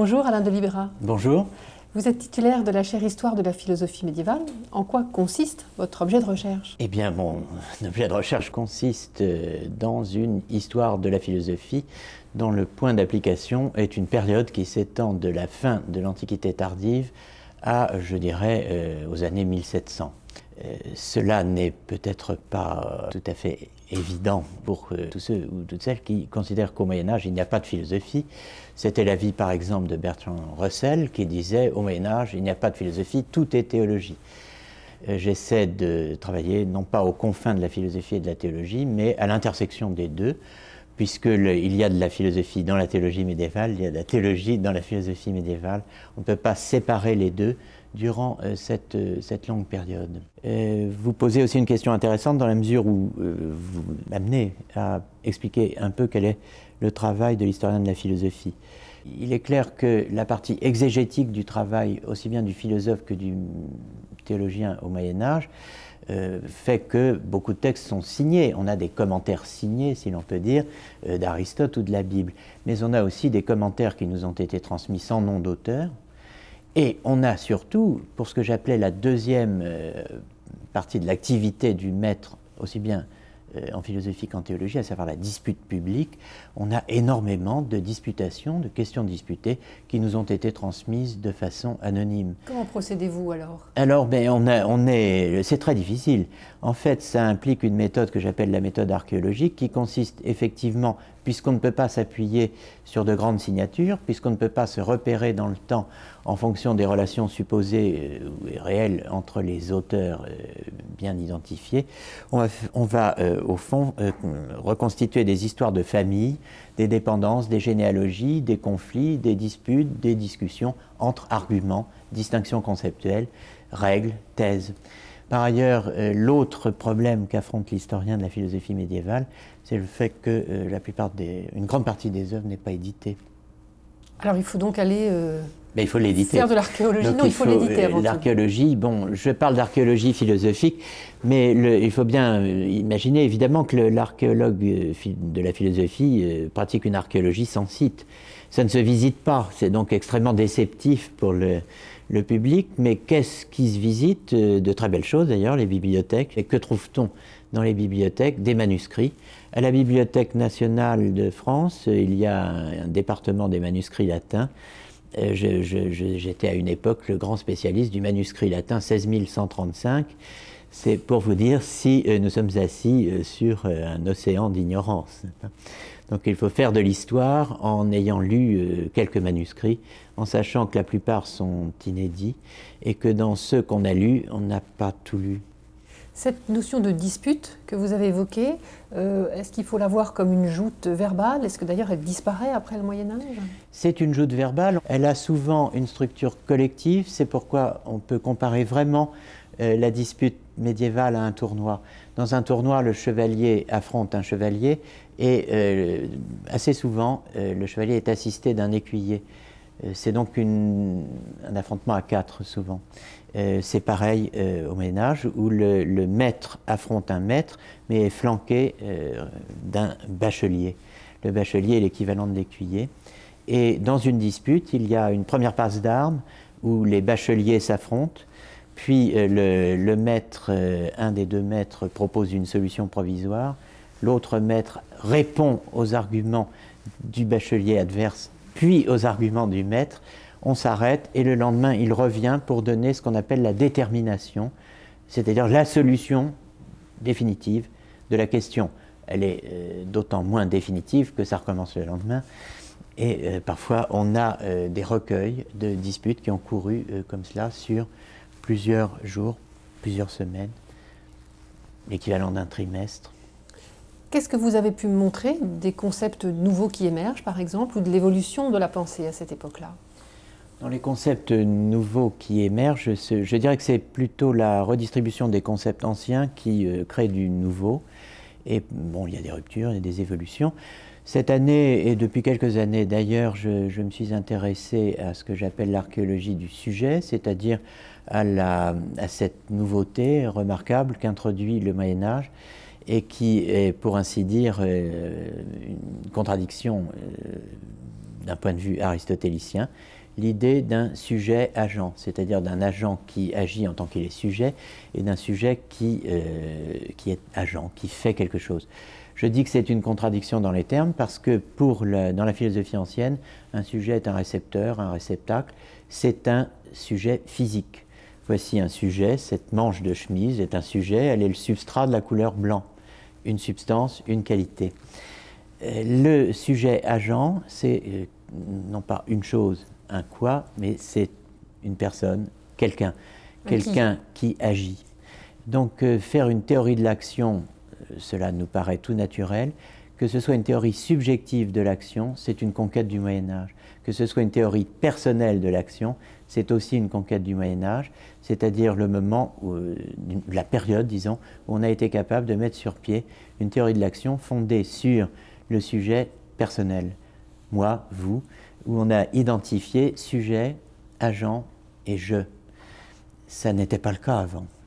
Bonjour Alain de Libera. Bonjour. Vous êtes titulaire de la chaire Histoire de la philosophie médiévale. En quoi consiste votre objet de recherche? Eh bien, mon objet de recherche consiste dans une histoire de la philosophie dont le point d'application est une période qui s'étend de la fin de l'Antiquité tardive à, je dirais, aux années 1700. Cela n'est peut-être pas tout à fait évident pour tous ceux ou toutes celles qui considèrent qu'au Moyen-Âge, il n'y a pas de philosophie. C'était l'avis, par exemple, de Bertrand Russell, qui disait « Au Moyen-Âge, il n'y a pas de philosophie, tout est théologie ». J'essaie de travailler non pas aux confins de la philosophie et de la théologie, mais à l'intersection des deux, puisqu'il y a de la philosophie dans la théologie médiévale, il y a de la théologie dans la philosophie médiévale. On ne peut pas séparer les deux durant cette longue période. Vous posez aussi une question intéressante dans la mesure où vous m'amenez à expliquer un peu quel est le travail de l'historien de la philosophie. Il est clair que la partie exégétique du travail, aussi bien du philosophe que du théologien au Moyen-Âge, fait que beaucoup de textes sont signés. On a des commentaires signés, si l'on peut dire, d'Aristote ou de la Bible. Mais on a aussi des commentaires qui nous ont été transmis sans nom d'auteur. Et on a surtout, pour ce que j'appelais la deuxième partie de l'activité du maître, aussi bien en philosophie qu'en théologie, à savoir la dispute publique, on a énormément de disputations, de questions disputées qui nous ont été transmises de façon anonyme. Comment procédez-vous alors? Alors, c'est très difficile. En fait, ça implique une méthode que j'appelle la méthode archéologique qui consiste effectivement, puisqu'on ne peut pas s'appuyer sur de grandes signatures, puisqu'on ne peut pas se repérer dans le temps en fonction des relations supposées et réelles entre les auteurs bien identifiés, on va au fond reconstituer des histoires de famille, des dépendances, des généalogies, des conflits, des disputes, des discussions entre arguments, distinctions conceptuelles, règles, thèses. Par ailleurs, l'autre problème qu'affronte l'historien de la philosophie médiévale, c'est le fait que une grande partie des œuvres n'est pas éditée. Alors il faut donc aller il faut l'éditer. Faire de l'archéologie. Non, il faut l'éditer avant tout. L'archéologie, je parle d'archéologie philosophique, mais il faut bien imaginer évidemment que l'archéologue de la philosophie pratique une archéologie sans site. Ça ne se visite pas, c'est donc extrêmement déceptif pour le public, mais qu'est-ce qui se visite? De très belles choses d'ailleurs, les bibliothèques. Et que trouve-t-on dans les bibliothèques? Des manuscrits. À la Bibliothèque nationale de France, il y a un département des manuscrits latins. J'étais à une époque le grand spécialiste du manuscrit latin 16135. C'est pour vous dire si nous sommes assis sur un océan d'ignorance. Donc il faut faire de l'histoire en ayant lu quelques manuscrits, en sachant que la plupart sont inédits et que dans ceux qu'on a lus, on n'a pas tout lu. Cette notion de dispute que vous avez évoquée, est-ce qu'il faut la voir comme une joute verbale? Est-ce que d'ailleurs elle disparaît après le Moyen-Âge? C'est une joute verbale. Elle a souvent une structure collective. C'est pourquoi on peut comparer vraiment la dispute médiévale à un tournoi. Dans un tournoi, le chevalier affronte un chevalier et assez souvent, le chevalier est assisté d'un écuyer. C'est donc un affrontement à quatre souvent. C'est pareil au Moyen-Âge où le maître affronte un maître mais est flanqué d'un bachelier. Le bachelier est l'équivalent de l'écuyer. Et dans une dispute, il y a une première passe d'armes où les bacheliers s'affrontent, puis le maître, un des deux maîtres propose une solution provisoire, l'autre maître répond aux arguments du bachelier adverse, puis aux arguments du maître. On s'arrête et le lendemain, il revient pour donner ce qu'on appelle la détermination, c'est-à-dire la solution définitive de la question. Elle est d'autant moins définitive que ça recommence le lendemain. Et parfois, on a des recueils de disputes qui ont couru comme cela sur plusieurs jours, plusieurs semaines, l'équivalent d'un trimestre. Qu'est-ce que vous avez pu me montrer des concepts nouveaux qui émergent, par exemple, ou de l'évolution de la pensée à cette époque-là? Dans les concepts nouveaux qui émergent, je dirais que c'est plutôt la redistribution des concepts anciens qui crée du nouveau. Et bon, il y a des ruptures, il y a des évolutions. Cette année, et depuis quelques années d'ailleurs, je me suis intéressé à ce que j'appelle l'archéologie du sujet, c'est-à-dire à cette nouveauté remarquable qu'introduit le Moyen-Âge et qui est, pour ainsi dire, une contradiction d'un point de vue aristotélicien, l'idée d'un sujet-agent, c'est-à-dire d'un agent qui agit en tant qu'il est sujet et d'un sujet qui est agent, qui fait quelque chose. Je dis que c'est une contradiction dans les termes parce que dans la philosophie ancienne, un sujet est un récepteur, un réceptacle, c'est un sujet physique. Voici un sujet, cette manche de chemise est un sujet, elle est le substrat de la couleur blanc, une substance, une qualité. Le sujet agent, c'est non pas une chose, un quoi, mais c'est une personne, quelqu'un qui agit. Donc faire une théorie de l'action, cela nous paraît tout naturel. Que ce soit une théorie subjective de l'action, c'est une conquête du Moyen-Âge. Que ce soit une théorie personnelle de l'action, c'est aussi une conquête du Moyen-Âge, c'est-à-dire le moment, la période, disons, où on a été capable de mettre sur pied une théorie de l'action fondée sur le sujet personnel, moi, vous, où on a identifié sujet, agent et je. Ça n'était pas le cas avant.